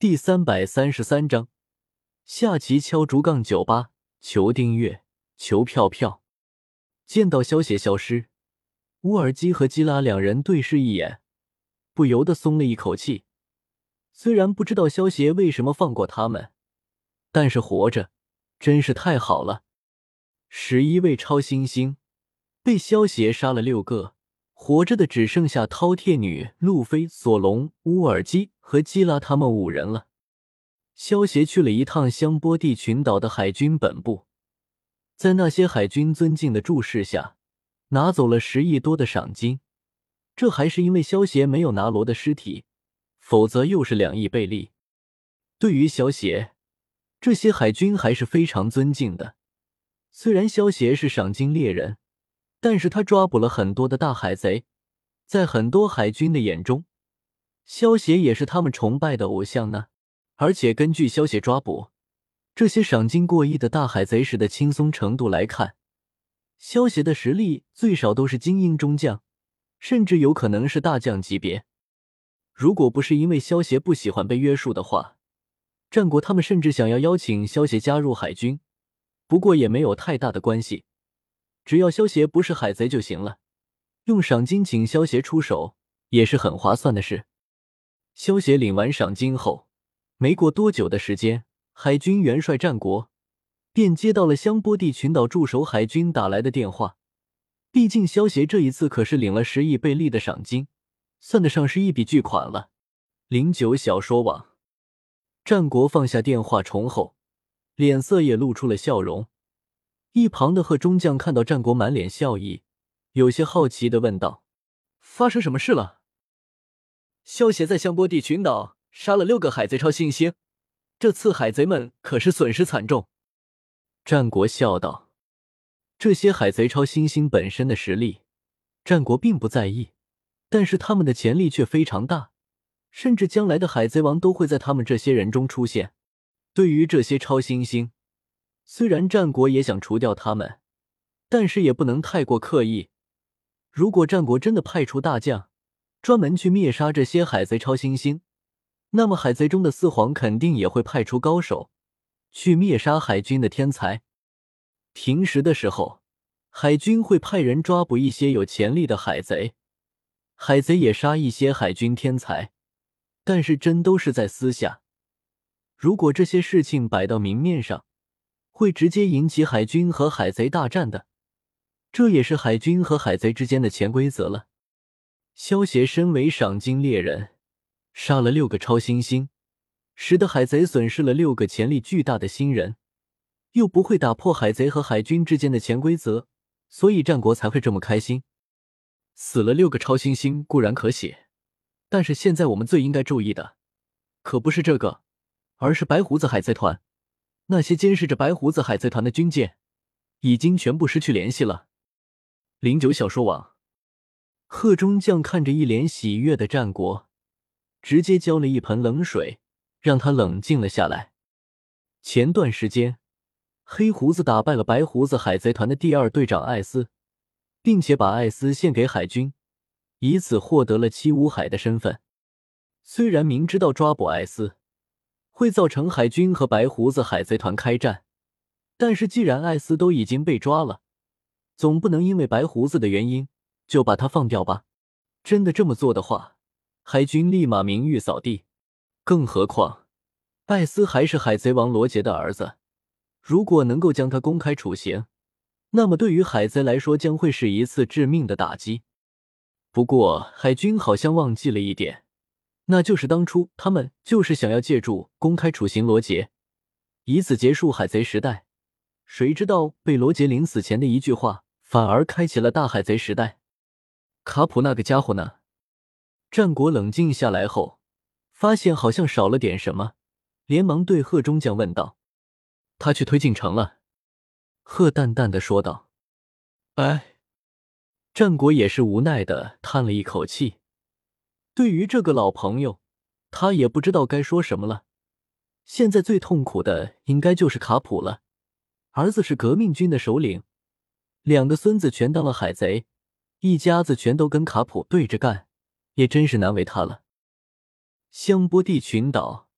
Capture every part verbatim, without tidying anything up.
第三百三十三章下棋敲竹杠九八，求订阅，求票票。见到萧协消失，乌尔基和基拉两人对视一眼，不由得松了一口气。虽然不知道萧协为什么放过他们，但是活着真是太好了。十一位超新星被萧协杀了六个，活着的只剩下饕餮女、路飞、索隆、乌尔基和基拉他们五人了。萧协去了一趟香波地群岛的海军本部，在那些海军尊敬的注视下，拿走了十亿多的赏金。这还是因为萧协没有拿罗的尸体，否则又是两亿贝利。对于萧协，这些海军还是非常尊敬的。虽然萧协是赏金猎人，但是他抓捕了很多的大海贼，在很多海军的眼中，萧协也是他们崇拜的偶像呢。而且根据萧协抓捕这些赏金过亿的大海贼时的轻松程度来看，萧协的实力最少都是精英中将，甚至有可能是大将级别。如果不是因为萧协不喜欢被约束的话，战国他们甚至想要邀请萧协加入海军，不过也没有太大的关系，只要萧协不是海贼就行了，用赏金请萧协出手也是很划算的事。萧协领完赏金后，没过多久的时间，海军元帅战国便接到了香波地群岛驻守海军打来的电话。毕竟萧协这一次可是领了十亿贝利的赏金，算得上是一笔巨款了。零九小说网，战国放下电话虫后，脸色也露出了笑容。一旁的贺中将看到战国满脸笑意，有些好奇地问道：发生什么事了？萧协在香波地群岛杀了六个海贼超新星，这次海贼们可是损失惨重。战国笑道：这些海贼超新星本身的实力，战国并不在意，但是他们的潜力却非常大，甚至将来的海贼王都会在他们这些人中出现。对于这些超新星，虽然战国也想除掉他们，但是也不能太过刻意。如果战国真的派出大将，专门去灭杀这些海贼超新星，那么海贼中的四皇肯定也会派出高手去灭杀海军的天才。平时的时候，海军会派人抓捕一些有潜力的海贼，海贼也杀一些海军天才，但是真都是在私下。如果这些事情摆到明面上，会直接引起海军和海贼大战的，这也是海军和海贼之间的潜规则了。萧协身为赏金猎人，杀了六个超新星，使得海贼损失了六个潜力巨大的新人，又不会打破海贼和海军之间的潜规则，所以战国才会这么开心。死了六个超新星固然可喜，但是现在我们最应该注意的可不是这个，而是白胡子海贼团。那些监视着白胡子海贼团的军舰已经全部失去联系了。零九小说网，贺中将看着一脸喜悦的战国，直接浇了一盆冷水，让他冷静了下来。前段时间，黑胡子打败了白胡子海贼团的第二队长艾斯，并且把艾斯献给海军，以此获得了七武海的身份。虽然明知道抓捕艾斯会造成海军和白胡子海贼团开战，但是既然艾斯都已经被抓了，总不能因为白胡子的原因就把他放掉吧。真的这么做的话，海军立马名誉扫地。更何况艾斯还是海贼王罗杰的儿子，如果能够将他公开处刑，那么对于海贼来说将会是一次致命的打击。不过海军好像忘记了一点，那就是当初他们就是想要借助公开处刑罗杰，以此结束海贼时代，谁知道被罗杰临死前的一句话反而开启了大海贼时代。卡普那个家伙呢？战国冷静下来后，发现好像少了点什么，连忙对贺中将问道：他去推进城了。贺淡淡的说道。哎，战国也是无奈的叹了一口气。对于这个老朋友，他也不知道该说什么了。现在最痛苦的应该就是卡普了，儿子是革命军的首领，两个孙子全当了海贼，一家子全都跟卡普对着干，也真是难为他了。香波地群岛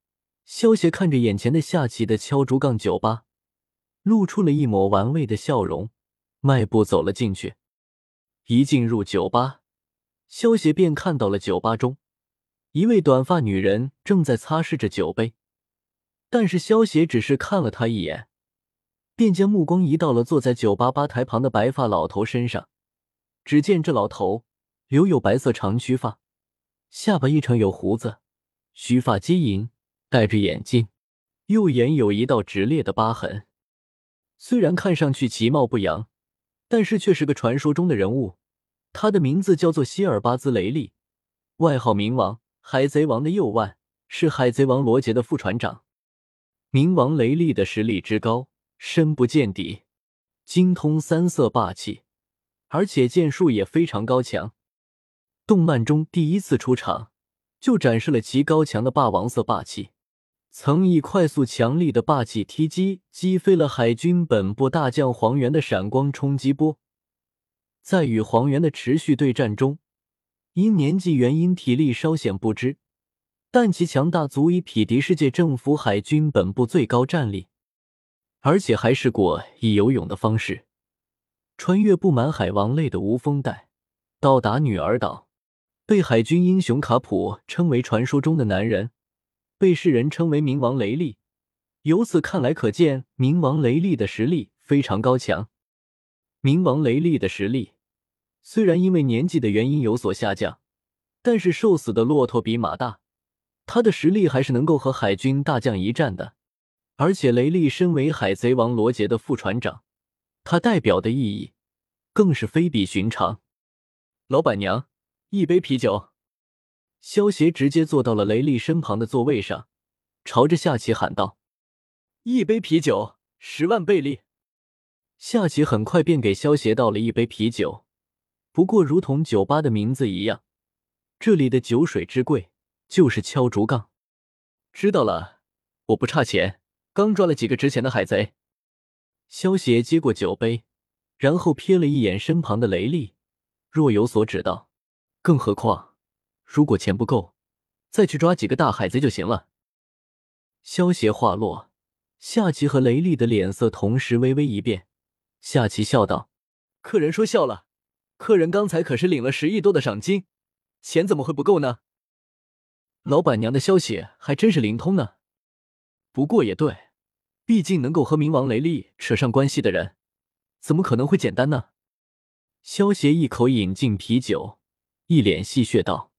萧协看着眼前的下棋的敲竹杠酒吧，露出了一抹玩味的笑容，迈步走了进去。一进入酒吧，萧协便看到了酒吧中一位短发女人正在擦拭着酒杯，但是萧协只是看了她一眼，便将目光移到了坐在酒吧吧台旁的白发老头身上。只见这老头留有白色长须发，下巴一成有胡子，须发皆银，戴着眼镜，右眼有一道直裂的疤痕。虽然看上去其貌不扬，但是却是个传说中的人物。他的名字叫做希尔巴兹雷利，外号冥王，海贼王的右腕，是海贼王罗杰的副船长。冥王雷利的实力之高，深不见底，精通三色霸气，而且剑术也非常高强。动漫中第一次出场就展示了其高强的霸王色霸气，曾以快速强力的霸气踢击击飞了海军本部大将黄猿的闪光冲击波。在与黄猿的持续对战中，因年纪原因体力稍显不支，但其强大足以匹敌世界政府海军本部最高战力，而且还试过以游泳的方式穿越布满海王类的无风带，到达女儿岛，被海军英雄卡普称为传说中的男人，被世人称为冥王雷利。由此看来，可见冥王雷利的实力非常高强。冥王雷利的实力虽然因为年纪的原因有所下降，但是瘦死的骆驼比马大，他的实力还是能够和海军大将一战的。而且雷利身为海贼王罗杰的副船长，他代表的意义更是非比寻常。老板娘，一杯啤酒。萧协直接坐到了雷利身旁的座位上，朝着夏奇喊道：一杯啤酒，十万贝利。夏奇很快便给萧协倒了一杯啤酒，不过如同酒吧的名字一样，这里的酒水之贵就是敲竹杠。知道了，我不差钱，刚抓了几个值钱的海贼。萧协接过酒杯，然后瞥了一眼身旁的雷利，若有所指道：更何况如果钱不够，再去抓几个大海贼就行了。萧协话落，夏奇和雷利的脸色同时微微一变。夏奇笑道：客人说笑了，客人刚才可是领了十亿多的赏金，钱怎么会不够呢？老板娘的消息还真是灵通呢。不过也对，毕竟能够和冥王雷利扯上关系的人，怎么可能会简单呢？萧协一口饮尽啤酒，一脸戏谑道：